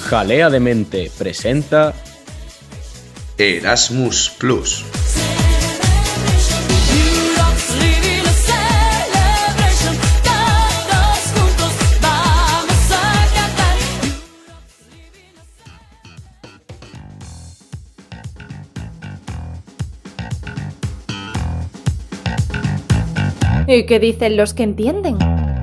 Jalea de Mente presenta Erasmus Plus. ¿Y qué dicen los que entienden?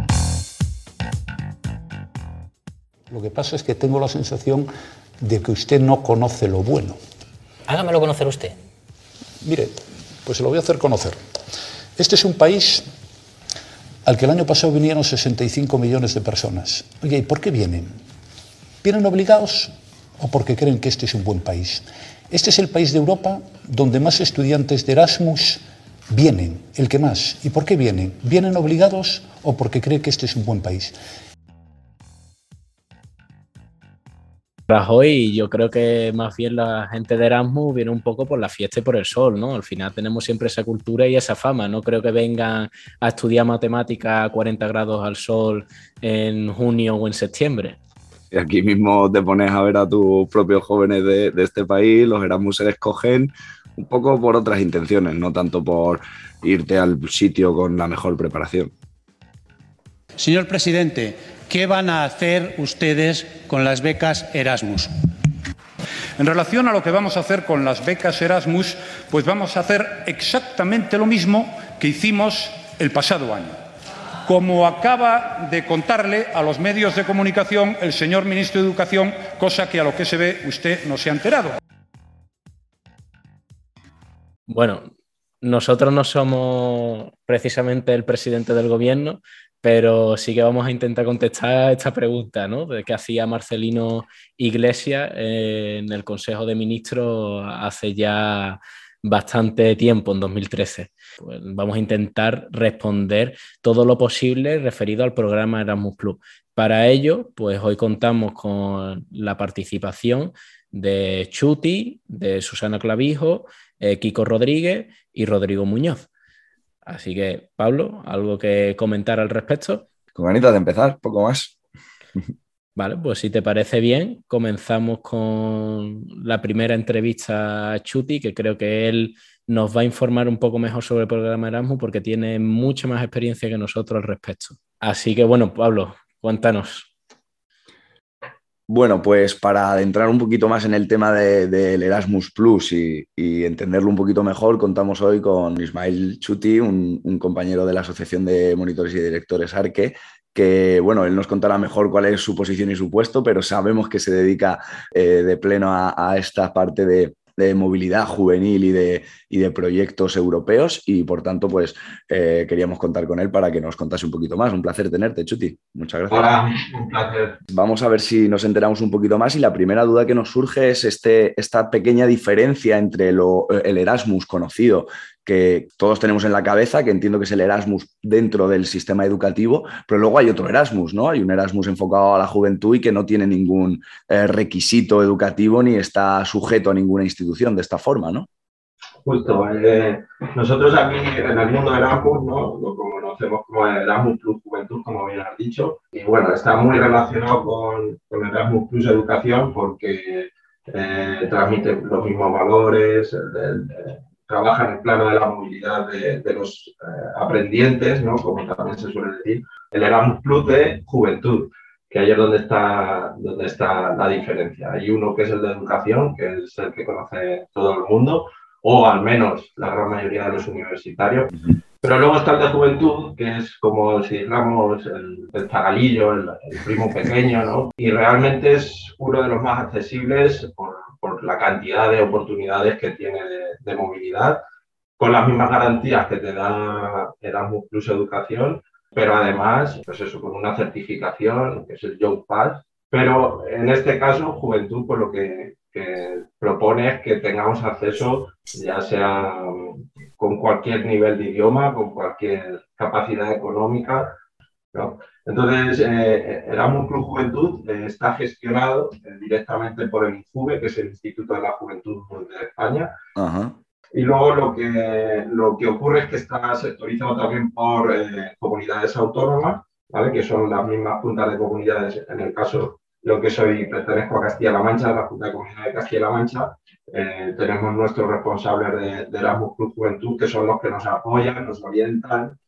Lo que pasa es que tengo la sensación de que usted no conoce lo bueno. Hágamelo conocer usted. Mire, pues se lo voy a hacer conocer. Este es un país al que el año pasado vinieron 65 millones de personas. Oye, ¿y por qué vienen? ¿Vienen obligados o porque creen que este es un buen país? Este es el país de Europa donde más estudiantes de Erasmus vienen, el que más. ¿Y por qué vienen? ¿Vienen obligados o porque creen que este es un buen país? Rajoy. Yo creo que más bien la gente de Erasmus viene un poco por la fiesta y por el sol, ¿no? Al final tenemos siempre esa cultura y esa fama. No creo que vengan a estudiar matemática a 40 grados al sol en junio o en septiembre. Y aquí mismo te pones a ver a tus propios jóvenes de este país, los Erasmus se escogen un poco por otras intenciones, no tanto por irte al sitio con la mejor preparación. Señor presidente, ¿qué van a hacer ustedes con las becas Erasmus? En relación a lo que vamos a hacer con las becas Erasmus, pues vamos a hacer exactamente lo mismo que hicimos el pasado año. Como acaba de contarle a los medios de comunicación el señor ministro de Educación, cosa que a lo que se ve usted no se ha enterado. Bueno, nosotros no somos precisamente el presidente del gobierno, pero sí que vamos a intentar contestar esta pregunta, ¿no? De que hacía Marcelino Iglesias en el Consejo de Ministros hace ya bastante tiempo, en 2013. Pues vamos a intentar responder todo lo posible referido al programa Erasmus+. Para ello, pues hoy contamos con la participación de Chuti, de Susana Clavijo, Kiko Rodríguez y Rodrigo Muñoz. Así que, Pablo, ¿algo que comentar al respecto? Con ganitas de empezar, poco más. Vale, pues si te parece bien, comenzamos con la primera entrevista a Chuti, que creo que él nos va a informar un poco mejor sobre el programa Erasmus porque tiene mucha más experiencia que nosotros al respecto. Así que, bueno, Pablo, cuéntanos. Bueno, pues para adentrar un poquito más en el tema del Erasmus Plus y entenderlo un poquito mejor, contamos hoy con Ismael Chuti, un compañero de la Asociación de Monitores y Directores ARQE, que, bueno, él nos contará mejor cuál es su posición y su puesto, pero sabemos que se dedica de pleno a esta parte de movilidad juvenil y de proyectos europeos y, por tanto, pues queríamos contar con él para que nos contase un poquito más. Un placer tenerte, Chuti. Muchas gracias. Hola, un placer. Vamos a ver si nos enteramos un poquito más y la primera duda que nos surge es esta pequeña diferencia entre el Erasmus conocido que todos tenemos en la cabeza, que entiendo que es el Erasmus dentro del sistema educativo, pero luego hay otro Erasmus, ¿no? Hay un Erasmus enfocado a la juventud y que no tiene ningún requisito educativo ni está sujeto a ninguna institución de esta forma, ¿no? Justo. Nosotros aquí en el mundo de Erasmus, ¿no? Lo conocemos como Erasmus Plus Juventud, como bien has dicho, y bueno, está muy relacionado con Erasmus Plus Educación porque transmite los mismos valores, trabaja en el plano de la movilidad de los aprendientes, ¿no? Como también se suele decir, el Erasmus Plus de juventud, que ahí es donde está la diferencia. Hay uno que es el de educación, que es el que conoce todo el mundo, o al menos la gran mayoría de los universitarios, pero luego está el de juventud, que es como si dijéramos el zagalillo, el primo pequeño, ¿no? Y realmente es uno de los más accesibles por la cantidad de oportunidades que tiene de movilidad, con las mismas garantías que te da Erasmus Plus Educación, pero además, pues eso, con una certificación, que es el Young Pass. Pero en este caso, Juventud, pues lo que propone es que tengamos acceso, ya sea con cualquier nivel de idioma, con cualquier capacidad económica, ¿no? Entonces, Erasmus Plus Juventud está gestionado directamente por el INJUVE, que es el Instituto de la Juventud de España. Ajá. Y luego lo que ocurre es que está sectorizado también por comunidades autónomas, ¿vale? Que son las mismas juntas de comunidades en el caso yo que pertenezco a Castilla-La Mancha, la Junta de Comunidad de Castilla-La Mancha, tenemos nuestros responsables de Erasmus Plus Juventud, que son los que nos apoyan, nos orientan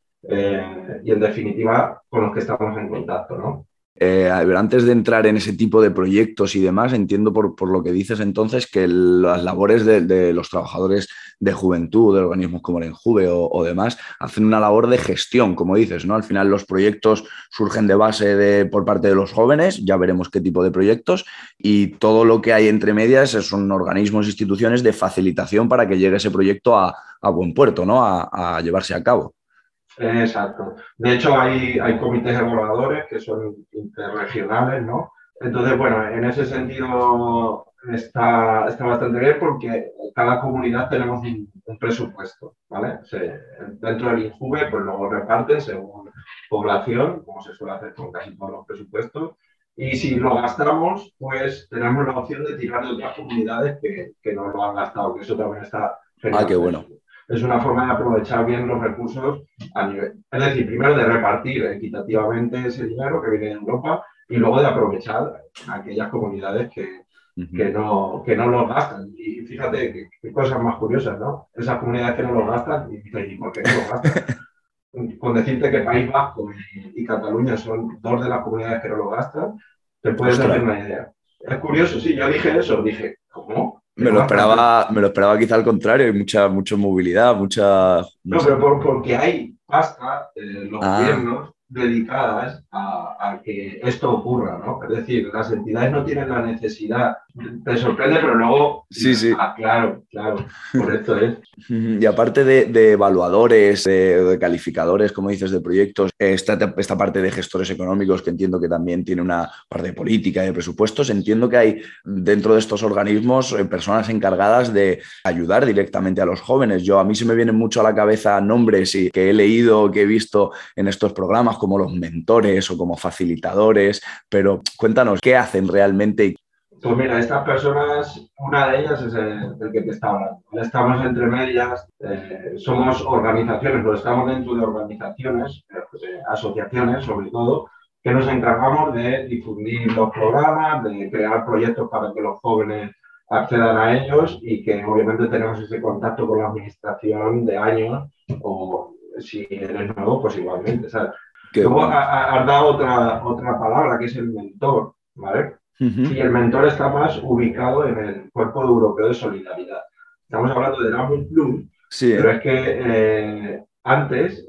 y, en definitiva, con los que estamos en contacto, ¿no? A ver, antes de entrar en ese tipo de proyectos y demás, entiendo por lo que dices entonces que las labores de los trabajadores de juventud, de organismos como el Enjuve o demás, hacen una labor de gestión, como dices, ¿no? Al final los proyectos surgen de base por parte de los jóvenes, ya veremos qué tipo de proyectos, y todo lo que hay entre medias son organismos e instituciones de facilitación para que llegue ese proyecto a buen puerto, ¿no? A llevarse a cabo. Exacto. De hecho, hay comités evaluadores que son interregionales, ¿no? Entonces, bueno, en ese sentido está bastante bien porque cada comunidad tenemos un presupuesto, ¿vale? Dentro del INJUVE, pues luego reparten según población, como se suele hacer con casi todos los presupuestos. Y si lo gastamos, pues tenemos la opción de tirar de otras comunidades que no lo han gastado, que eso también está genial. Ah, qué bueno. Es una forma de aprovechar bien los recursos a nivel, es decir, primero de repartir equitativamente ese dinero que viene de Europa y luego de aprovechar aquellas comunidades que no lo gastan. Y fíjate qué cosas más curiosas, ¿no? Esas comunidades que no lo gastan, y dices, ¿y por qué no lo gastan? Con decirte que País Vasco y Cataluña son dos de las comunidades que no lo gastan, te puedes hacer una idea. Es curioso, sí, yo dije eso, dije, ¿cómo? Me lo esperaba quizá al contrario, hay mucha movilidad, mucha... No, pero porque hay pasta los gobiernos dedicadas a que esto ocurra, ¿no? Es decir, las entidades no tienen la necesidad, te sorprende, pero luego... Sí. Claro, por esto es. Y aparte de evaluadores, de calificadores, como dices, de proyectos, esta parte de gestores económicos, que entiendo que también tiene una parte de política y de presupuestos, entiendo que hay dentro de estos organismos personas encargadas de ayudar directamente a los jóvenes. A mí se me vienen mucho a la cabeza nombres que he leído, que he visto en estos programas, como los mentores o como facilitadores, pero cuéntanos, ¿qué hacen realmente? Pues mira, estas personas, una de ellas es el que te está hablando. Estamos entre medias, somos organizaciones, pero estamos dentro de organizaciones, asociaciones sobre todo, que nos encargamos de difundir los programas, de crear proyectos para que los jóvenes accedan a ellos y que obviamente tenemos ese contacto con la administración de años o si eres nuevo, pues igualmente, ¿sabes? Luego has dado otra palabra que es el mentor, ¿vale? Y el mentor está más ubicado en el Cuerpo Europeo de Solidaridad. Estamos hablando de Erasmus Plus, sí, pero es que antes,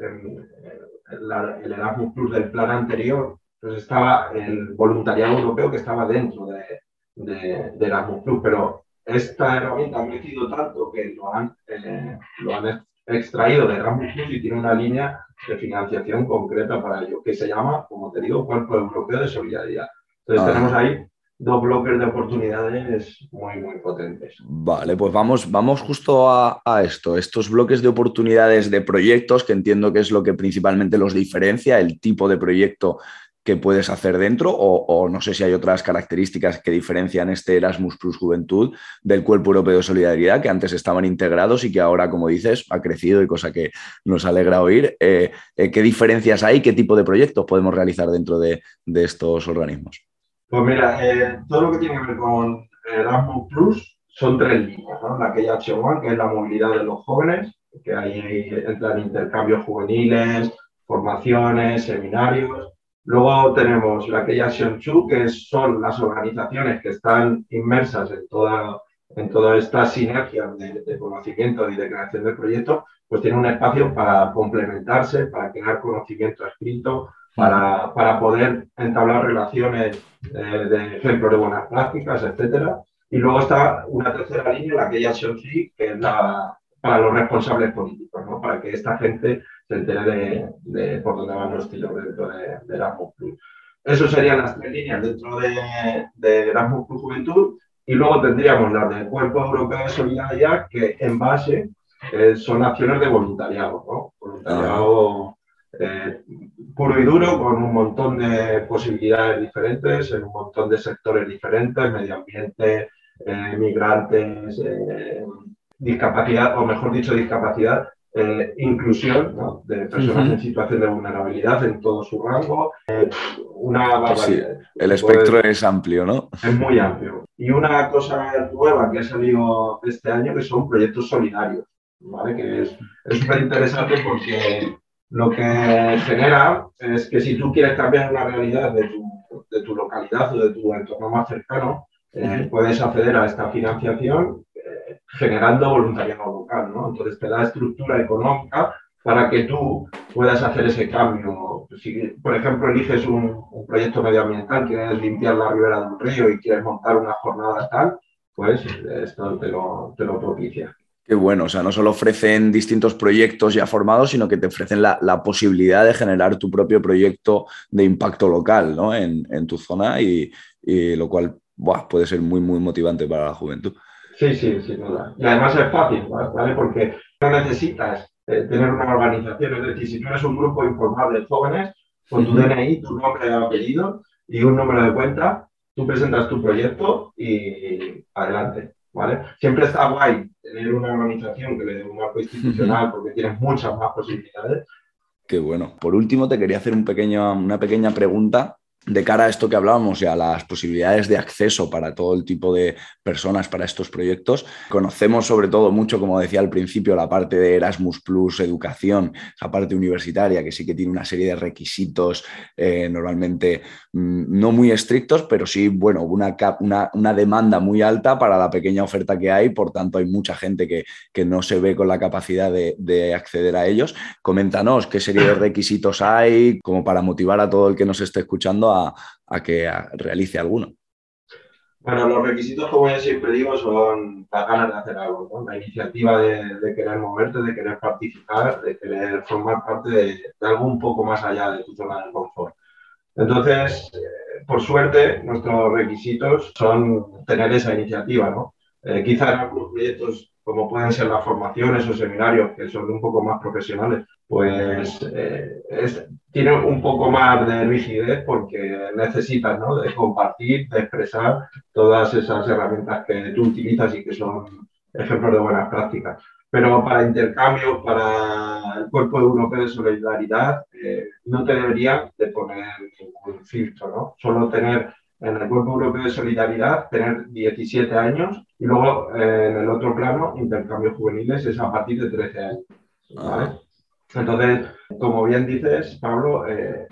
el Erasmus Plus del plan anterior, pues estaba el voluntariado europeo que estaba dentro de Erasmus Plus, pero esta herramienta ha crecido tanto que lo han extraído de Erasmus Plus y tiene una línea de financiación concreta para ello, que se llama, como te digo, Cuerpo Europeo de Solidaridad. Entonces tenemos ahí dos bloques de oportunidades muy potentes. Vale, pues vamos justo a esto, estos bloques de oportunidades de proyectos, que entiendo que es lo que principalmente los diferencia, el tipo de proyecto que puedes hacer dentro, o no sé si hay otras características que diferencian este Erasmus Plus Juventud del Cuerpo Europeo de Solidaridad, que antes estaban integrados y que ahora, como dices, ha crecido, y cosa que nos alegra oír. ¿Qué diferencias hay? ¿Qué tipo de proyectos podemos realizar dentro de estos organismos? Pues mira, todo lo que tiene que ver con Erasmus Plus son tres líneas, ¿no? La que ya Action One, que es la movilidad de los jóvenes, que ahí entran intercambios juveniles, formaciones, seminarios. Luego tenemos la que Action 2, que son las organizaciones que están inmersas en toda esta sinergia de conocimiento y de creación de proyectos, pues tienen un espacio para complementarse, para crear conocimiento escrito, para poder entablar relaciones de ejemplos de buenas prácticas, etcétera. Y luego está una tercera línea, la que es Action 3, que es para los responsables políticos, ¿no? Para que esta gente se entere de por dónde van los tiros dentro de Erasmus Plus. Eso serían las tres líneas dentro de Erasmus Plus Juventud. Y luego tendríamos las del Cuerpo Europeo de Solidaridad, que en base son acciones de voluntariado, ¿no? Voluntariado puro y duro, con un montón de posibilidades diferentes, en un montón de sectores diferentes, medio ambiente, migrantes, discapacidad, o mejor dicho, discapacidad, inclusión, ¿no?, de personas en situación de vulnerabilidad en todo su rango, una barbaridad. Sí, el espectro es amplio, ¿no? Es muy amplio. Y una cosa nueva que ha salido este año, que son proyectos solidarios, ¿vale? Que es súper interesante porque lo que genera es que si tú quieres cambiar una realidad de tu localidad o de tu entorno más cercano, puedes acceder a esta financiación generando voluntariado local, ¿no? Entonces te da estructura económica para que tú puedas hacer ese cambio. Si, por ejemplo, eliges un proyecto medioambiental, quieres limpiar la ribera de un río y quieres montar una jornada tal, pues esto te lo propicia. Qué bueno, o sea, no solo ofrecen distintos proyectos ya formados, sino que te ofrecen la posibilidad de generar tu propio proyecto de impacto local, ¿no?, en tu zona y lo cual puede ser muy, muy motivante para la juventud. Sí, sí, sin duda. Y además es fácil, ¿vale? Porque no necesitas tener una organización. Es decir, si tú eres un grupo informal de jóvenes, con tu DNI, tu nombre y apellido y un número de cuenta, tú presentas tu proyecto y adelante, ¿vale? Siempre está guay tener una organización que le dé un marco institucional porque tienes muchas más posibilidades. Qué bueno. Por último, te quería hacer una pequeña pregunta de cara a esto que hablábamos y a las posibilidades de acceso para todo el tipo de personas para estos proyectos. Conocemos sobre todo mucho, como decía al principio, la parte de Erasmus Plus, educación, esa parte universitaria que sí que tiene una serie de requisitos normalmente no muy estrictos, pero sí, bueno, una demanda muy alta para la pequeña oferta que hay, por tanto hay mucha gente que no se ve con la capacidad de acceder a ellos. Coméntanos qué serie de requisitos hay como para motivar a todo el que nos esté escuchando a que realice alguno. Bueno, los requisitos, como yo siempre digo, son las ganas de hacer algo, ¿no? La iniciativa de querer moverte, de querer participar, de querer formar parte de algo un poco más allá de tu zona de confort. Entonces, por suerte, nuestros requisitos son tener esa iniciativa, ¿no? Quizá en algunos proyectos, como pueden ser las formaciones o seminarios, que son un poco más profesionales, pues tienen un poco más de rigidez porque necesitas, ¿no?, de compartir, de expresar todas esas herramientas que tú utilizas y que son ejemplos de buenas prácticas. Pero para intercambios, para el Cuerpo Europeo de Solidaridad, no te deberían de poner ningún filtro, ¿no? Solo tener en el Cuerpo Europeo de Solidaridad, tener 17 años y luego en el otro plano, intercambios juveniles, es a partir de 13 años, ¿vale? Entonces, como bien dices, Pablo,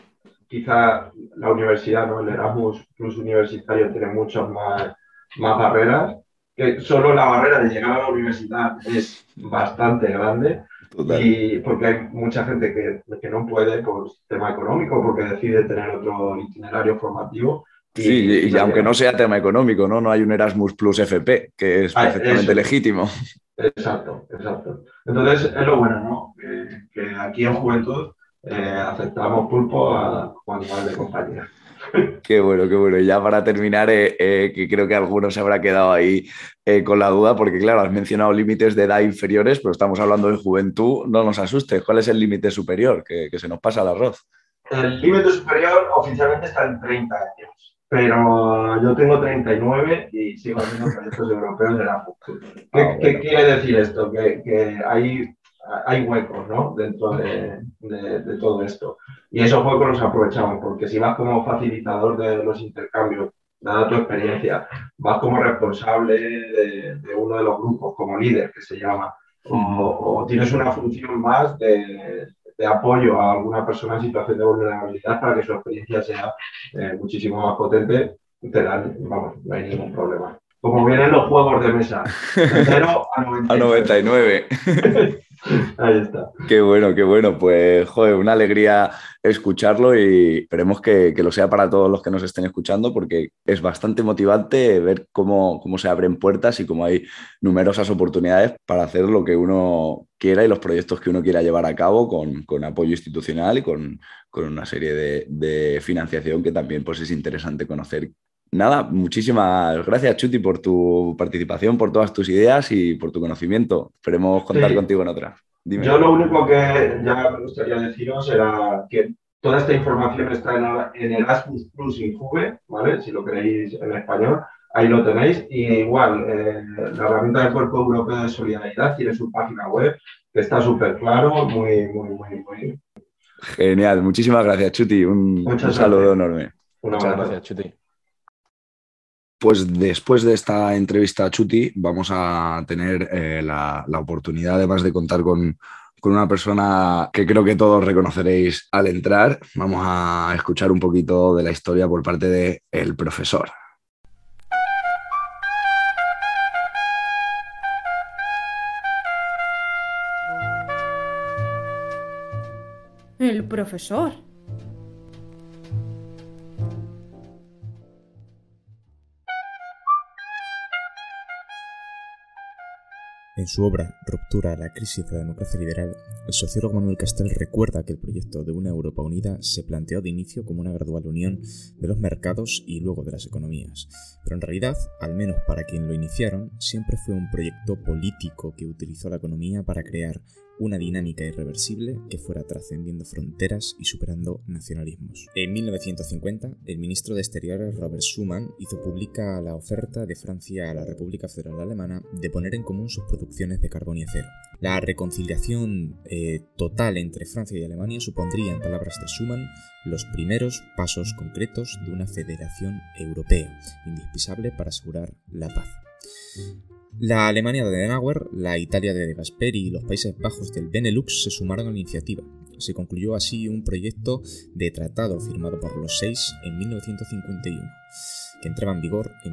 quizá la universidad, ¿no?, el Erasmus Plus universitario tiene muchas más barreras, que solo la barrera de llegar a la universidad es bastante grande. Total. Y porque hay mucha gente que no puede por tema económico, porque decide tener otro itinerario formativo. Y aunque no sea tema económico, ¿no? No hay un Erasmus Plus FP, que es perfectamente legítimo. Exacto. Entonces, es lo bueno, ¿no? Que aquí en Juventud aceptamos pulpo a Juan de compañía. Qué bueno. Y ya para terminar, que creo que algunos se habrá quedado ahí con la duda, porque claro, has mencionado límites de edad inferiores, pero estamos hablando de juventud, no nos asustes. ¿Cuál es el límite superior? Que se nos pasa el arroz. El límite superior oficialmente está en 30 años, pero yo tengo 39 y sigo haciendo proyectos europeos de la juventud. ¿Qué quiere decir esto? Que hay huecos, ¿no?, dentro de todo esto. Y esos huecos los aprovechamos, porque si vas como facilitador de los intercambios, dada tu experiencia, vas como responsable de uno de los grupos, como líder, que se llama, o tienes una función más de apoyo a alguna persona en situación de vulnerabilidad para que su experiencia sea muchísimo más potente, te dan, vamos, no hay ningún problema. Como vienen los juegos de mesa, de 0 a 99. Ahí está. Qué bueno. Pues, joder, una alegría escucharlo y esperemos que lo sea para todos los que nos estén escuchando, porque es bastante motivante ver cómo se abren puertas y cómo hay numerosas oportunidades para hacer lo que uno quiera y los proyectos que uno quiera llevar a cabo con apoyo institucional y con una serie de financiación que también pues, es interesante conocer. Nada, muchísimas gracias, Chuti, por tu participación, por todas tus ideas y por tu conocimiento. Esperemos contar contigo en otras. Dime. Yo lo único que ya me gustaría deciros era que toda esta información está en Erasmus Plus Injuve, ¿vale? Si lo queréis en español. ahí lo tenéis. Y igual, la herramienta del Cuerpo Europeo de Solidaridad tiene su página web, que está súper claro, muy. Genial, muchísimas gracias, Chuti. Un saludo enorme. Muchas gracias, Chuti. Pues después de esta entrevista a Chuti vamos a tener la oportunidad además de contar con una persona que creo que todos reconoceréis al entrar. Vamos a escuchar un poquito de la historia por parte de el profesor. El profesor. En su obra Ruptura, la crisis de la democracia liberal, el sociólogo Manuel Castells recuerda que el proyecto de una Europa unida se planteó de inicio como una gradual unión de los mercados y luego de las economías. Pero en realidad, al menos para quien lo iniciaron, siempre fue un proyecto político que utilizó la economía para crear una dinámica irreversible que fuera trascendiendo fronteras y superando nacionalismos. En 1950, el ministro de Exteriores Robert Schuman hizo pública la oferta de Francia a la República Federal Alemana de poner en común sus producciones de carbón y acero. La reconciliación total entre Francia y Alemania supondría, en palabras de Schuman, los primeros pasos concretos de una federación europea, indispensable para asegurar la paz. La Alemania de Adenauer, la Italia de De Gasperi y los Países Bajos del Benelux se sumaron a la iniciativa. Se concluyó así un proyecto de tratado firmado por los 6 en 1951, que entraba en vigor en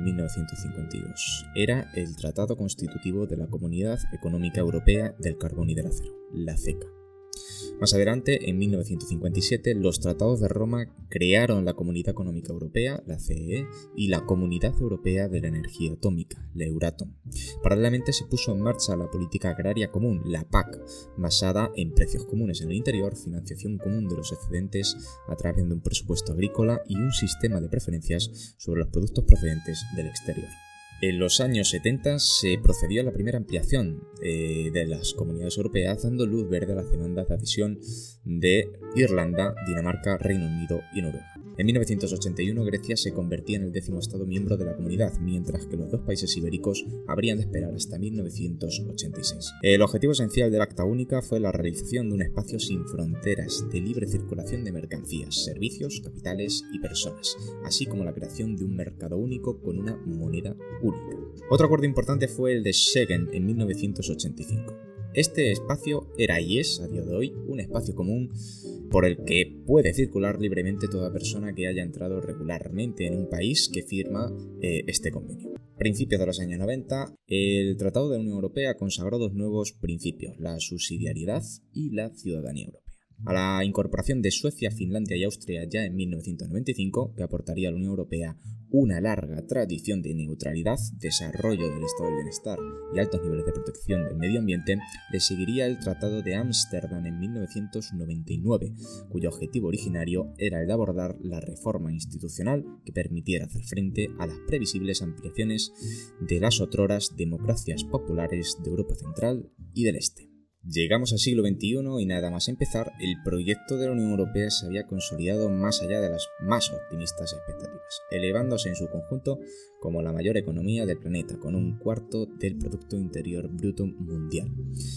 1952. Era el Tratado Constitutivo de la Comunidad Económica Europea del Carbón y del Acero, la CECA. Más adelante, en 1957, los Tratados de Roma crearon la Comunidad Económica Europea, la CEE, y la Comunidad Europea de la Energía Atómica, la Euratom. Paralelamente se puso en marcha la Política Agraria Común, la PAC, basada en precios comunes en el interior, financiación común de los excedentes a través de un presupuesto agrícola y un sistema de preferencias sobre los productos procedentes del exterior. En los años 70 se procedió a la primera ampliación de las comunidades europeas, dando luz verde a las demandas de adhesión de Irlanda, Dinamarca, Reino Unido y Noruega. En 1981 Grecia se convertía en el 10º Estado miembro de la comunidad, mientras que los dos países ibéricos habrían de esperar hasta 1986. El objetivo esencial del Acta Única fue la realización de un espacio sin fronteras de libre circulación de mercancías, servicios, capitales y personas, así como la creación de un mercado único con una moneda única. Otro acuerdo importante fue el de Schengen en 1985. Este espacio era y es, a día de hoy, un espacio común por el que puede circular libremente toda persona que haya entrado regularmente en un país que firma este convenio. A principios de los años 90, el Tratado de la Unión Europea consagró dos nuevos principios, la subsidiariedad y la ciudadanía europea. A la incorporación de Suecia, Finlandia y Austria ya en 1995, que aportaría a la Unión Europea una larga tradición de neutralidad, desarrollo del estado del bienestar y altos niveles de protección del medio ambiente, le seguiría el Tratado de Ámsterdam en 1999, cuyo objetivo originario era el de abordar la reforma institucional que permitiera hacer frente a las previsibles ampliaciones de las otroras democracias populares de Europa Central y del Este. Llegamos al siglo XXI y nada más empezar, el proyecto de la Unión Europea se había consolidado más allá de las más optimistas expectativas, elevándose en su conjunto como la mayor economía del planeta, con un cuarto del Producto Interior Bruto mundial.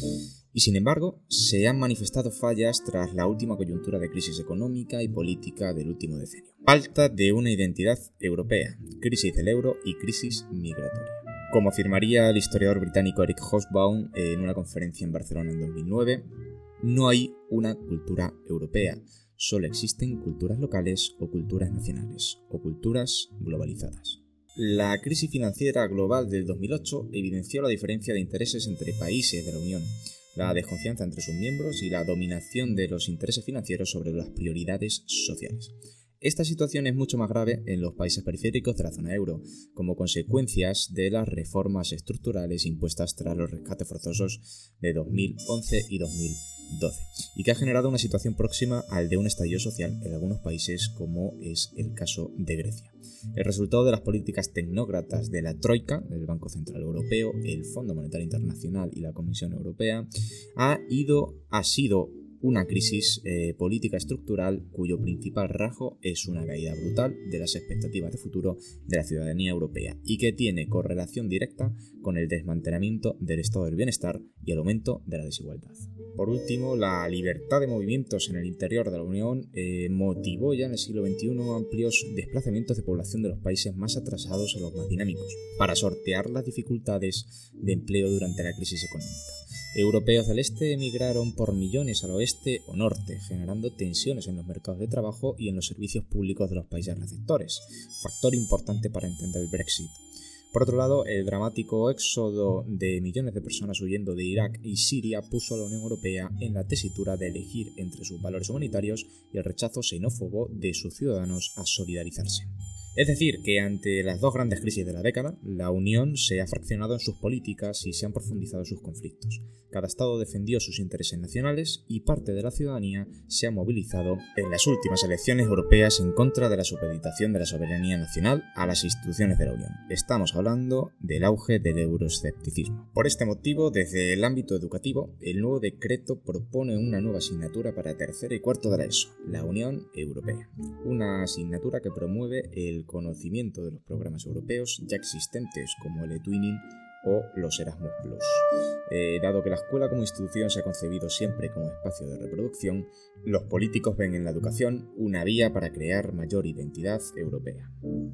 Y sin embargo, se han manifestado fallas tras la última coyuntura de crisis económica y política del último decenio. Falta de una identidad europea, crisis del euro y crisis migratoria. Como afirmaría el historiador británico Eric Hobsbawm en una conferencia en Barcelona en 2009, no hay una cultura europea, solo existen culturas locales o culturas nacionales, o culturas globalizadas. La crisis financiera global del 2008 evidenció la diferencia de intereses entre países de la Unión, la desconfianza entre sus miembros y la dominación de los intereses financieros sobre las prioridades sociales. Esta situación es mucho más grave en los países periféricos de la zona euro, como consecuencias de las reformas estructurales impuestas tras los rescates forzosos de 2011 y 2012, y que ha generado una situación próxima al de un estallido social en algunos países, como es el caso de Grecia. El resultado de las políticas tecnócratas de la Troika, el Banco Central Europeo, el Fondo Monetario Internacional y la Comisión Europea, ha sido una crisis política estructural cuyo principal rasgo es una caída brutal de las expectativas de futuro de la ciudadanía europea y que tiene correlación directa con el desmantelamiento del estado del bienestar y el aumento de la desigualdad. Por último, la libertad de movimientos en el interior de la Unión motivó ya en el siglo XXI amplios desplazamientos de población de los países más atrasados a los más dinámicos, para sortear las dificultades de empleo durante la crisis económica. Europeos del este emigraron por millones al oeste o norte, generando tensiones en los mercados de trabajo y en los servicios públicos de los países receptores, factor importante para entender el Brexit. Por otro lado, el dramático éxodo de millones de personas huyendo de Irak y Siria puso a la Unión Europea en la tesitura de elegir entre sus valores humanitarios y el rechazo xenófobo de sus ciudadanos a solidarizarse. Es decir, que ante las dos grandes crisis de la década, la Unión se ha fraccionado en sus políticas y se han profundizado sus conflictos. Cada Estado defendió sus intereses nacionales y parte de la ciudadanía se ha movilizado en las últimas elecciones europeas en contra de la supeditación de la soberanía nacional a las instituciones de la Unión. Estamos hablando del auge del euroescepticismo. Por este motivo, desde el ámbito educativo, el nuevo decreto propone una nueva asignatura para tercero y cuarto de la ESO, la Unión Europea. Una asignatura que promueve el conocimiento de los programas europeos ya existentes como el eTwinning o los Erasmus+. Dado que la escuela como institución se ha concebido siempre como espacio de reproducción, los políticos ven en la educación una vía para crear mayor identidad europea.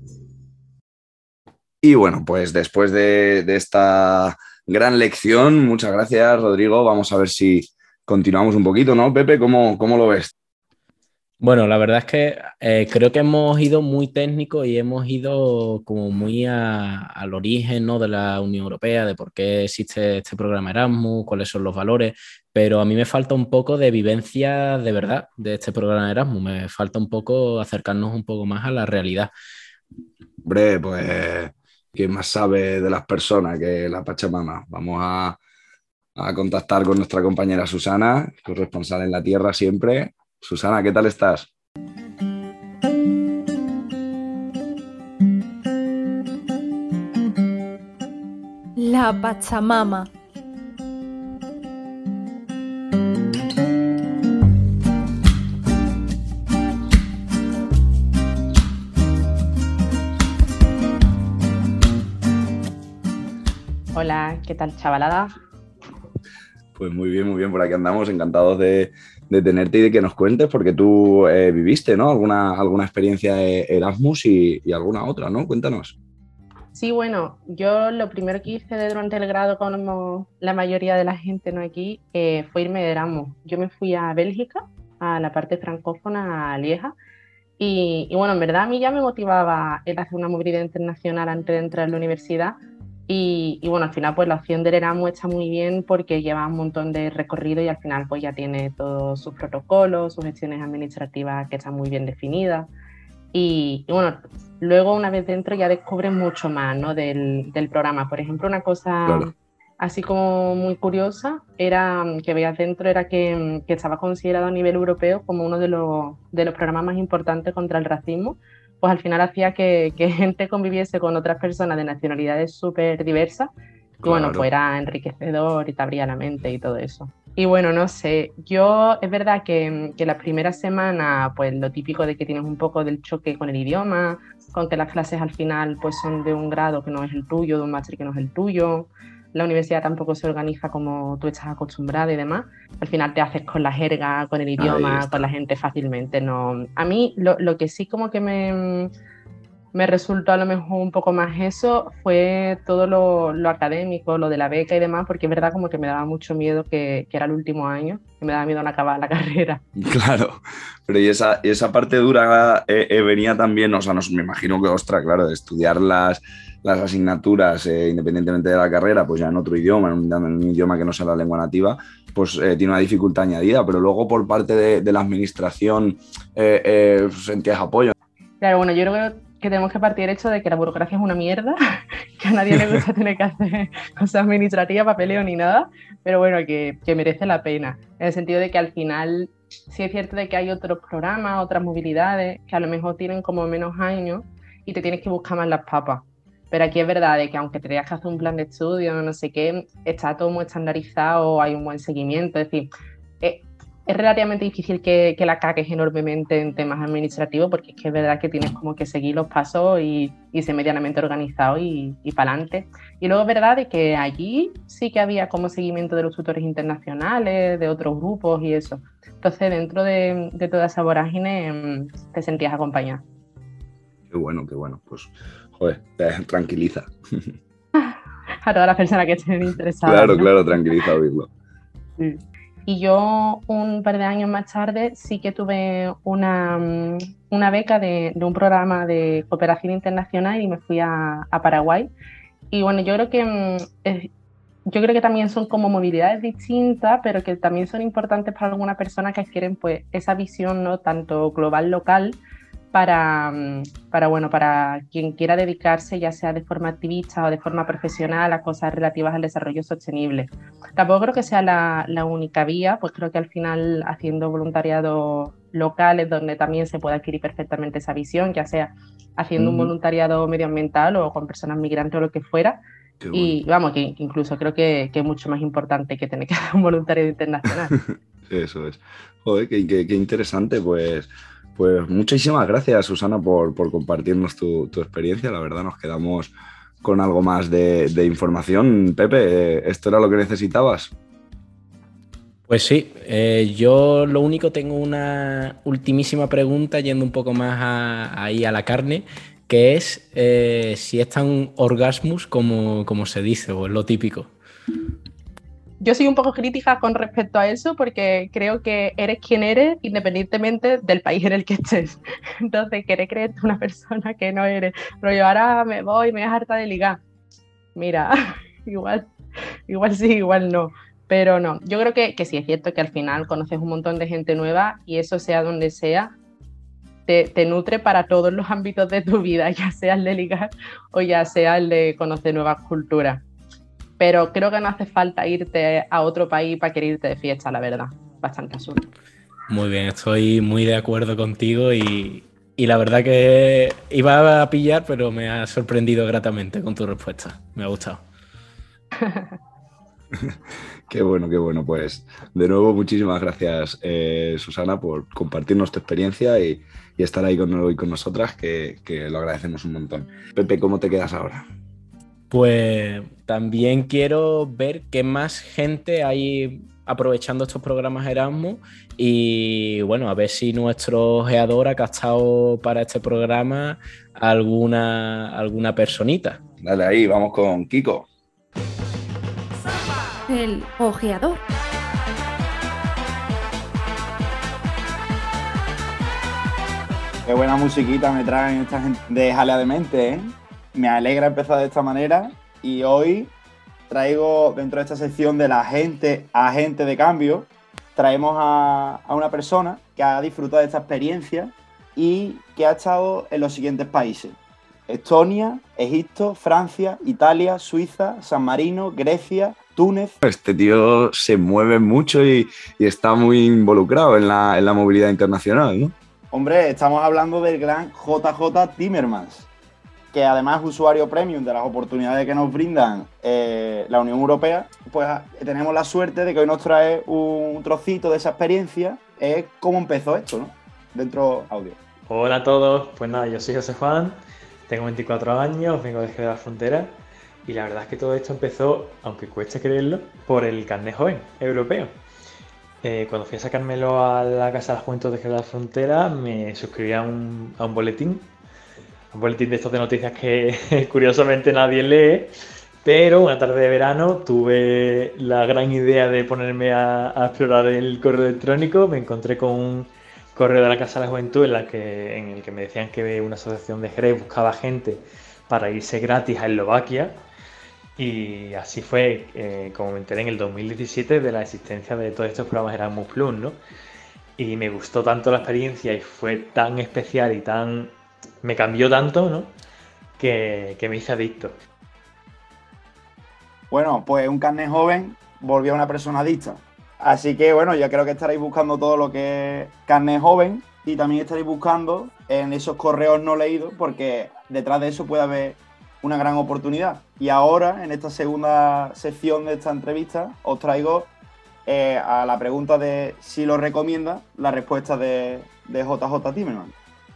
Y bueno, pues después de esta gran lección, muchas gracias, Rodrigo. Vamos a ver si continuamos un poquito, ¿no, Pepe? ¿Cómo lo ves? Bueno, la verdad es que creo que hemos ido muy técnicos y hemos ido como muy al origen, ¿no?, de la Unión Europea, de por qué existe este programa Erasmus, cuáles son los valores, pero a mí me falta un poco de vivencia de verdad de este programa Erasmus, me falta un poco acercarnos un poco más a la realidad. Hombre, pues, ¿quién más sabe de las personas que la Pachamama? Vamos a contactar con nuestra compañera Susana, corresponsal en la tierra siempre. Susana, ¿qué tal estás? La Pachamama. Hola, ¿qué tal, chavalada? Pues muy bien, por aquí andamos, encantados de tenerte y de que nos cuentes, porque tú viviste, ¿no?, alguna experiencia de Erasmus y alguna otra, ¿no? Cuéntanos. Sí, bueno, yo lo primero que hice durante el grado, como la mayoría de la gente, ¿no?, aquí, fue irme de Erasmus. Yo me fui a Bélgica, a la parte francófona, a Lieja, y bueno, en verdad a mí ya me motivaba el hacer una movilidad internacional antes de entrar a la universidad. Y bueno, al final pues la opción del Erasmus está muy bien porque lleva un montón de recorrido y al final pues ya tiene todos sus protocolos, sus gestiones administrativas que están muy bien definidas. Y bueno, luego una vez dentro ya descubres mucho más, ¿no?, del programa. Por ejemplo, una cosa Claro. así como muy curiosa era que veías dentro era que estaba considerado a nivel europeo como uno de los programas más importantes contra el racismo. Pues al final hacía que gente conviviese con otras personas de nacionalidades súper diversas. Y bueno, Claro. pues era enriquecedor y te abría la mente y todo eso. Y bueno, no sé, yo es verdad que la primera semana, pues lo típico de que tienes un poco del choque con el idioma, con que las clases al final pues son de un grado que no es el tuyo, de un máster que no es el tuyo. La universidad tampoco se organiza como tú estás acostumbrada y demás. Al final te haces con la jerga, con el idioma, con la gente fácilmente. No. A mí lo que sí como que me resultó a lo mejor un poco más eso fue todo lo académico, lo de la beca y demás, porque es verdad como que me daba mucho miedo que era el último año, que me daba miedo en acabar la carrera. Claro, pero y esa parte dura venía también, o sea, me imagino que, ostras, claro, de estudiar las asignaturas independientemente de la carrera, pues ya en otro idioma, en un idioma que no sea la lengua nativa, pues tiene una dificultad añadida, pero luego por parte de la administración sentías apoyo. Claro, bueno, yo creo que tenemos que partir del hecho de que la burocracia es una mierda, que a nadie le gusta tener que hacer cosas administrativas, papeleo ni nada, pero bueno, que merece la pena, en el sentido de que al final sí es cierto de que hay otros programas, otras movilidades, que a lo mejor tienen como menos años y te tienes que buscar más las papas. Pero aquí es verdad de que aunque te tengas que hacer un plan de estudio, no sé qué, está todo muy estandarizado, hay un buen seguimiento, es decir, es relativamente difícil que la cagues enormemente en temas administrativos, porque es que es verdad que tienes como que seguir los pasos y ser medianamente organizado y para adelante. Y luego es verdad de que allí sí que había como seguimiento de los tutores internacionales, de otros grupos y eso. Entonces, dentro de toda esa vorágine, te sentías acompañado. Qué bueno, pues, joder, te tranquiliza. A todas las personas que estén interesadas. Claro, ¿no? claro, tranquiliza oírlo. Sí. Y yo un par de años más tarde sí que tuve una beca de un programa de cooperación internacional y me fui a Paraguay. Y bueno, yo creo que también son como movilidades distintas, pero que también son importantes para algunas personas que adquieren pues esa visión, ¿no? Tanto global, local, para quien quiera dedicarse, ya sea de forma activista o de forma profesional, a cosas relativas al desarrollo sostenible. Tampoco creo que sea la única vía, pues creo que al final haciendo voluntariado local es donde también se puede adquirir perfectamente esa visión, ya sea haciendo un voluntariado medioambiental o con personas migrantes o lo que fuera. Y vamos, que incluso creo que es mucho más importante que tener que hacer un voluntariado internacional. Eso es. Joder, qué interesante, pues muchísimas gracias, Susana, por compartirnos tu experiencia. La verdad, nos quedamos con algo más de información. Pepe, ¿esto era lo que necesitabas? Pues sí, yo lo único tengo una ultimísima pregunta yendo un poco más ahí a la carne, que es si es tan orgasmus como se dice, o es lo típico. Yo soy un poco crítica con respecto a eso porque creo que eres quien eres independientemente del país en el que estés. Entonces, querer creerte una persona que no eres, pero yo ahora me voy, me es harta de ligar. Mira, igual sí, igual no. Pero no, yo creo que sí es cierto que al final conoces un montón de gente nueva y eso sea donde sea, te nutre para todos los ámbitos de tu vida, ya sea el de ligar o ya sea el de conocer nuevas culturas. Pero creo que no hace falta irte a otro país para querer irte de fiesta, la verdad. Bastante absurdo. Muy bien, estoy muy de acuerdo contigo y la verdad que iba a pillar, pero me ha sorprendido gratamente con tu respuesta. Me ha gustado. Qué bueno. Pues de nuevo, muchísimas gracias, Susana, por compartirnos tu experiencia y estar ahí hoy con nosotras, que lo agradecemos un montón. Pepe, ¿cómo te quedas ahora? Pues también quiero ver qué más gente hay aprovechando estos programas Erasmus y bueno, a ver si nuestro ojeador ha captado para este programa alguna personita. Dale ahí, vamos con Kiko. El ojeador. Qué buena musiquita me traen esta gente de Jalea de Mente, ¿eh? Me alegra empezar de esta manera y hoy traigo dentro de esta sección de la agente de cambio, traemos a una persona que ha disfrutado de esta experiencia y que ha estado en los siguientes países: Estonia, Egipto, Francia, Italia, Suiza, San Marino, Grecia, Túnez. Este tío se mueve mucho y está muy involucrado en la movilidad internacional, ¿no? Hombre, estamos hablando del gran JJ Timmermans, que además es usuario premium de las oportunidades que nos brindan la Unión Europea. Pues tenemos la suerte de que hoy nos trae un trocito de esa experiencia, cómo empezó esto, ¿no? Dentro audio. Hola a todos, pues nada, yo soy José Juan, tengo 24 años, vengo de Jerez de la Frontera y la verdad es que todo esto empezó, aunque cueste creerlo, por el carnet joven europeo. Cuando fui a sacármelo a la Casa de la Juventud de Jerez de la Frontera, me suscribí a un boletín de estos de noticias que curiosamente nadie lee, pero una tarde de verano tuve la gran idea de ponerme a explorar el correo electrónico. Me encontré con un correo de la Casa de la Juventud en el que me decían que una asociación de Jerez buscaba gente para irse gratis a Eslovaquia, y así fue como me enteré en el 2017 de la existencia de todos estos programas Erasmus Plus, ¿no? Y me gustó tanto la experiencia y fue tan especial y me cambió tanto, ¿no? Que me hice adicto. Bueno, pues un carnet joven volvió a una persona adicta. Así que bueno, yo creo que estaréis buscando todo lo que es carnet joven y también estaréis buscando en esos correos no leídos, porque detrás de eso puede haber una gran oportunidad. Y ahora, en esta segunda sección de esta entrevista, os traigo a la pregunta de si lo recomienda, la respuesta de JJ Timmermans.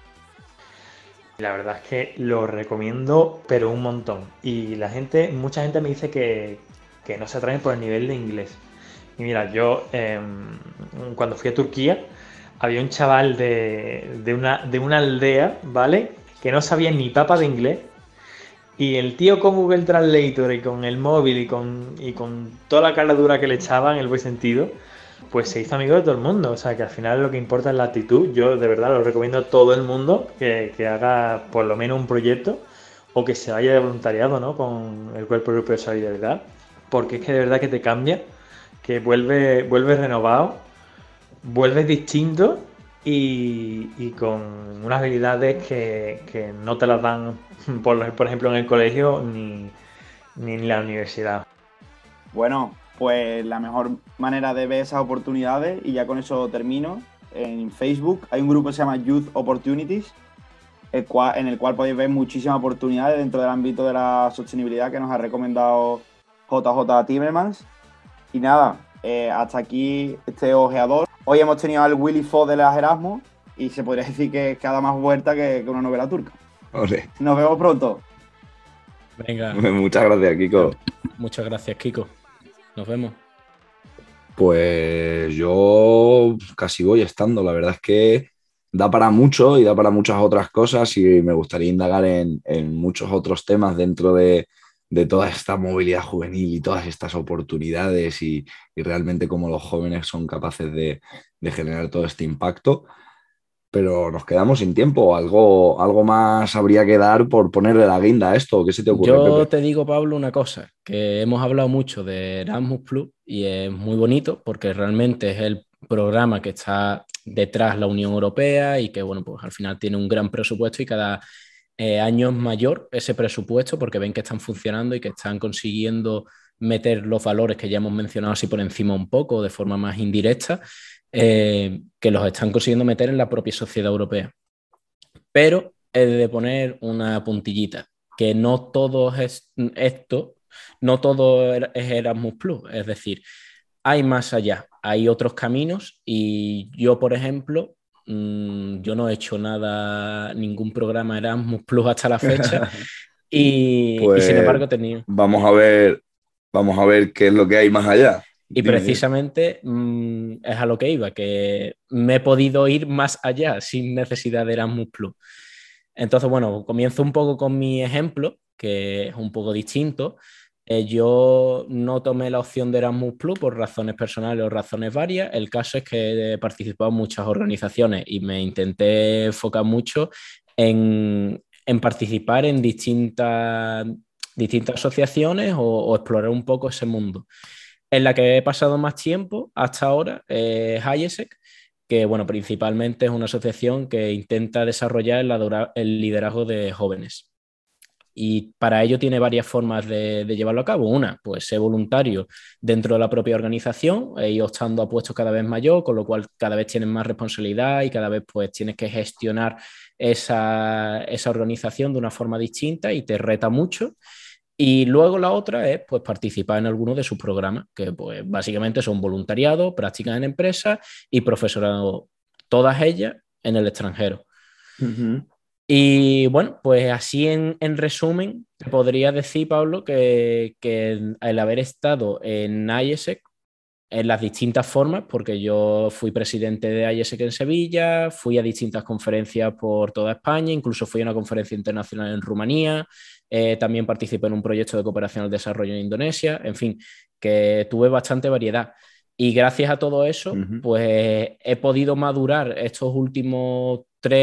La verdad es que lo recomiendo, pero un montón. Y mucha gente me dice que no se atraen por el nivel de inglés. Y mira, yo cuando fui a Turquía, había un chaval de una aldea, ¿vale? Que no sabía ni papa de inglés. Y el tío con Google Translator y con el móvil y con toda la cara dura que le echaba en el buen sentido, pues se hizo amigo de todo el mundo. O sea, que al final lo que importa es la actitud. Yo de verdad lo recomiendo a todo el mundo que haga por lo menos un proyecto o que se vaya de voluntariado, ¿no? Con el Cuerpo Europeo de Solidaridad. Porque es que de verdad que te cambia, que vuelves renovado, vuelves distinto y con unas habilidades que no te las dan, por ejemplo, en el colegio ni en la universidad. Bueno, pues la mejor manera de ver esas oportunidades, y ya con eso termino, en Facebook hay un grupo que se llama Youth Opportunities, en el cual podéis ver muchísimas oportunidades dentro del ámbito de la sostenibilidad que nos ha recomendado JJ Timmermans. Y nada, hasta aquí este ojeador. Hoy hemos tenido al Willy Fogg de las Erasmus y se podría decir que ha dado más vuelta que una novela turca. Ole. Nos vemos pronto. Venga. Muchas gracias, Kiko. Muchas gracias, Kiko. Nos vemos. Pues yo casi voy estando. La verdad es que da para mucho y da para muchas otras cosas y me gustaría indagar en muchos otros temas dentro de toda esta movilidad juvenil y todas estas oportunidades y realmente cómo los jóvenes son capaces de generar todo este impacto. Pero nos quedamos sin tiempo. Algo más habría que dar por ponerle la guinda a esto. ¿Qué se te ocurre, Yo Pepe? te digo, Pablo, una cosa, que hemos hablado mucho de Erasmus Plus y es muy bonito porque realmente es el programa que está detrás la Unión Europea y que, bueno, pues al final tiene un gran presupuesto y cada año es mayor ese presupuesto porque ven que están funcionando y que están consiguiendo meter los valores que ya hemos mencionado así por encima un poco, de forma más indirecta, que los están consiguiendo meter en la propia sociedad europea. Pero he de poner una puntillita, que no todo es esto, no todo es Erasmus Plus, es decir, hay más allá, hay otros caminos y yo, por ejemplo, yo no he hecho ningún programa Erasmus Plus hasta la fecha y sin embargo he tenido... Vamos a ver qué es lo que hay más allá. Y precisamente es a lo que iba, que me he podido ir más allá sin necesidad de Erasmus Plus. Entonces, bueno, comienzo un poco con mi ejemplo, que es un poco distinto. Yo no tomé la opción de Erasmus Plus por razones personales o razones varias. El caso es que he participado en muchas organizaciones y me intenté enfocar mucho en participar en distintas asociaciones o explorar un poco ese mundo. En la que he pasado más tiempo hasta ahora es IESEC, que bueno, principalmente es una asociación que intenta desarrollar el liderazgo de jóvenes. Y para ello tiene varias formas de llevarlo a cabo. Una, pues ser voluntario dentro de la propia organización e ir optando a puestos cada vez mayor, con lo cual cada vez tienes más responsabilidad y cada vez pues tienes que gestionar esa organización de una forma distinta y te reta mucho. Y luego la otra es pues, participar en alguno de sus programas, que pues, básicamente son voluntariado, prácticas en empresas y profesorado, todas ellas en el extranjero. Uh-huh. Y bueno, pues así en resumen, te podría decir, Pablo, que el haber estado en IESEC en las distintas formas, porque yo fui presidente de IESEC en Sevilla, fui a distintas conferencias por toda España, incluso fui a una conferencia internacional en Rumanía, también participé en un proyecto de cooperación al desarrollo en Indonesia, en fin, que tuve bastante variedad. Y gracias a todo eso, pues he podido madurar estos últimos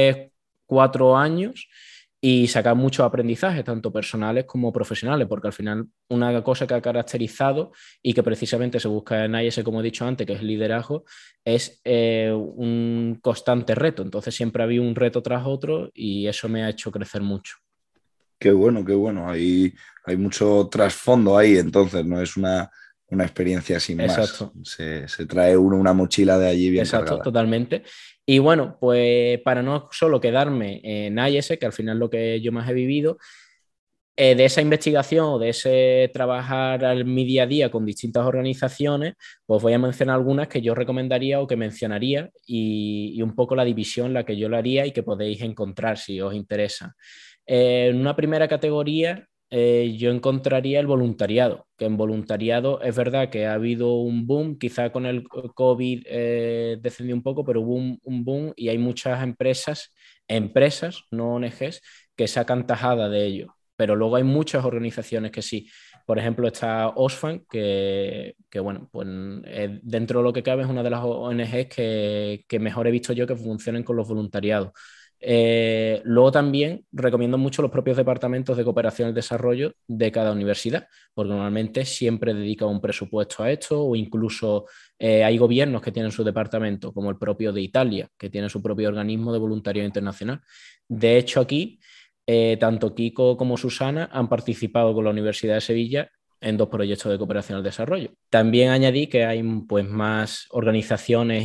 3-4 años y sacar muchos aprendizajes, tanto personales como profesionales, porque al final una cosa que ha caracterizado y que precisamente se busca en IESEC, como he dicho antes, que es el liderazgo, es un constante reto. Entonces siempre ha habido un reto tras otro y eso me ha hecho crecer mucho. Qué bueno, qué bueno. Hay mucho trasfondo ahí, entonces no es una experiencia sin Exacto. más. Se trae uno una mochila de allí bien Exacto, cargada. Totalmente. Y bueno, pues para no solo quedarme en IESEC, que al final es lo que yo más he vivido, De esa investigación o de ese trabajar al mi día a día con distintas organizaciones, pues voy a mencionar algunas que yo recomendaría o que mencionaría y un poco la división la que yo lo haría y que podéis encontrar si os interesa. En una primera categoría yo encontraría el voluntariado, que en voluntariado es verdad que ha habido un boom, quizá con el COVID descendió un poco, pero hubo un boom y hay muchas empresas, no ONGs, que sacan tajada de ello. Pero luego hay muchas organizaciones que sí. Por ejemplo, está Oxfam, que bueno, pues dentro de lo que cabe es una de las ONGs que mejor he visto yo que funcionen con los voluntariados. Luego también recomiendo mucho los propios departamentos de cooperación y desarrollo de cada universidad, porque normalmente siempre dedica un presupuesto a esto o incluso hay gobiernos que tienen su departamento, como el propio de Italia, que tiene su propio organismo de voluntariado internacional. De hecho, aquí tanto Kiko como Susana han participado con la Universidad de Sevilla en 2 proyectos de cooperación al desarrollo. También añadí que hay pues, más organizaciones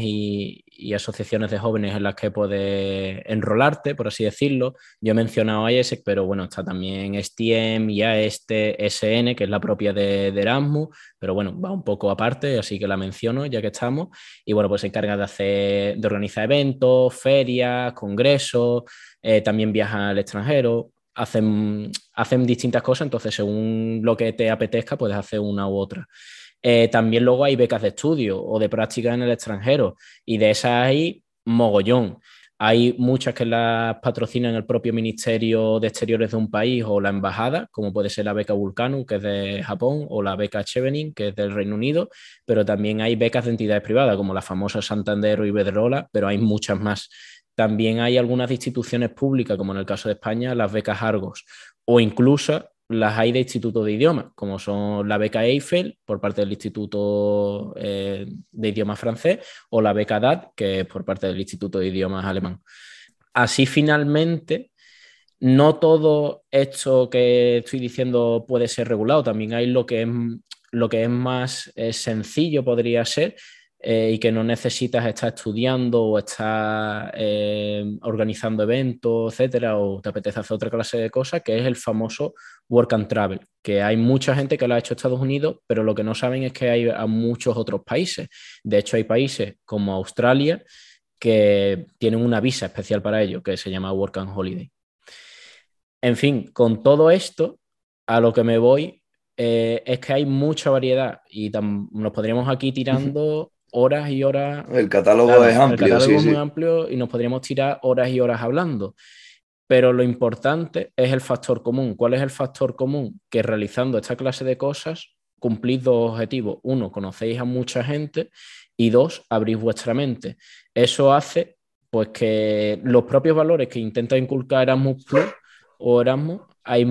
y asociaciones de jóvenes en las que puedes enrolarte, por así decirlo. Yo he mencionado a IESEC, pero bueno, está también STM, IAESTE, SN, que es la propia de Erasmus, pero bueno, va un poco aparte, así que la menciono ya que estamos. Y bueno, pues se encarga de organizar eventos, ferias, congresos, también viajan al extranjero, hacen distintas cosas, entonces según lo que te apetezca puedes hacer una u otra. También luego hay becas de estudio o de práctica en el extranjero y de esas hay mogollón. Hay muchas que las patrocinan el propio Ministerio de Exteriores de un país o la embajada, como puede ser la beca Vulcano, que es de Japón, o la beca Chevening, que es del Reino Unido, pero también hay becas de entidades privadas, como la famosa Santander o Iberdrola, pero hay muchas más. También hay algunas instituciones públicas, como en el caso de España, las becas Argos, o incluso las hay de institutos de idiomas, como son la beca Eiffel por parte del Instituto de Idiomas francés o la beca DAD, que es por parte del Instituto de Idiomas alemán. Así finalmente, no todo esto que estoy diciendo puede ser regulado, también hay lo que es más sencillo, podría ser, y que no necesitas estar estudiando o estar organizando eventos, etcétera, o te apetece hacer otra clase de cosas, que es el famoso Work and Travel, que hay mucha gente que lo ha hecho en Estados Unidos, pero lo que no saben es que hay a muchos otros países. De hecho, hay países como Australia que tienen una visa especial para ello, que se llama Work and Holiday. En fin, con todo esto, a lo que me voy es que hay mucha variedad y nos podríamos aquí tirando horas y horas. El catálogo es amplio. El catálogo sí, es muy sí. amplio y nos podríamos tirar horas y horas hablando. Pero lo importante es el factor común. ¿Cuál es el factor común? Que realizando esta clase de cosas cumplís 2 objetivos. 1, conocéis a mucha gente y 2, abrís vuestra mente. Eso hace pues que los propios valores que intenta inculcar Erasmus Plus o Erasmus, hay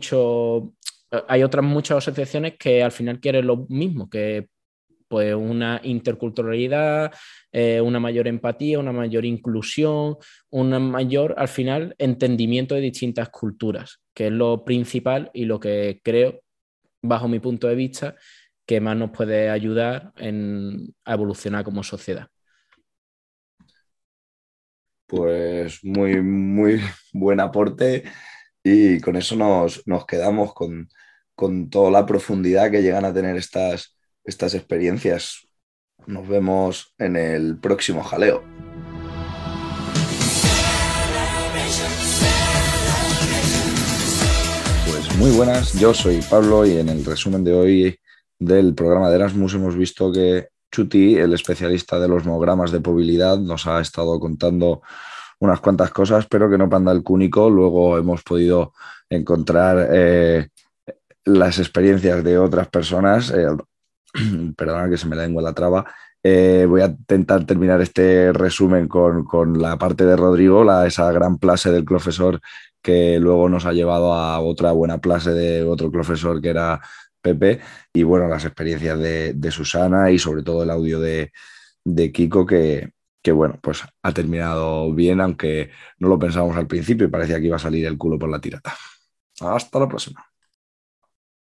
otras muchas asociaciones que al final quieren lo mismo, que pues una interculturalidad, una mayor empatía, una mayor inclusión, un mayor, al final, entendimiento de distintas culturas, que es lo principal y lo que creo, bajo mi punto de vista, que más nos puede ayudar a evolucionar como sociedad. Pues muy, muy buen aporte y con eso nos quedamos con toda la profundidad que llegan a tener estas experiencias. Nos vemos en el próximo jaleo. Pues muy buenas, yo soy Pablo y en el resumen de hoy del programa de Erasmus hemos visto que Chuti, el especialista de los mogramas de movilidad, nos ha estado contando unas cuantas cosas, pero que no panda el cúnico. Luego hemos podido encontrar las experiencias de otras personas. Perdona que se me la lengua la traba. Voy a intentar terminar este resumen con la parte de Rodrigo, esa gran clase del profesor que luego nos ha llevado a otra buena clase de otro profesor que era Pepe, y bueno, las experiencias de Susana y sobre todo el audio de Kiko que bueno, pues ha terminado bien, aunque no lo pensábamos al principio y parecía que iba a salir el culo por la tirata. Hasta la próxima.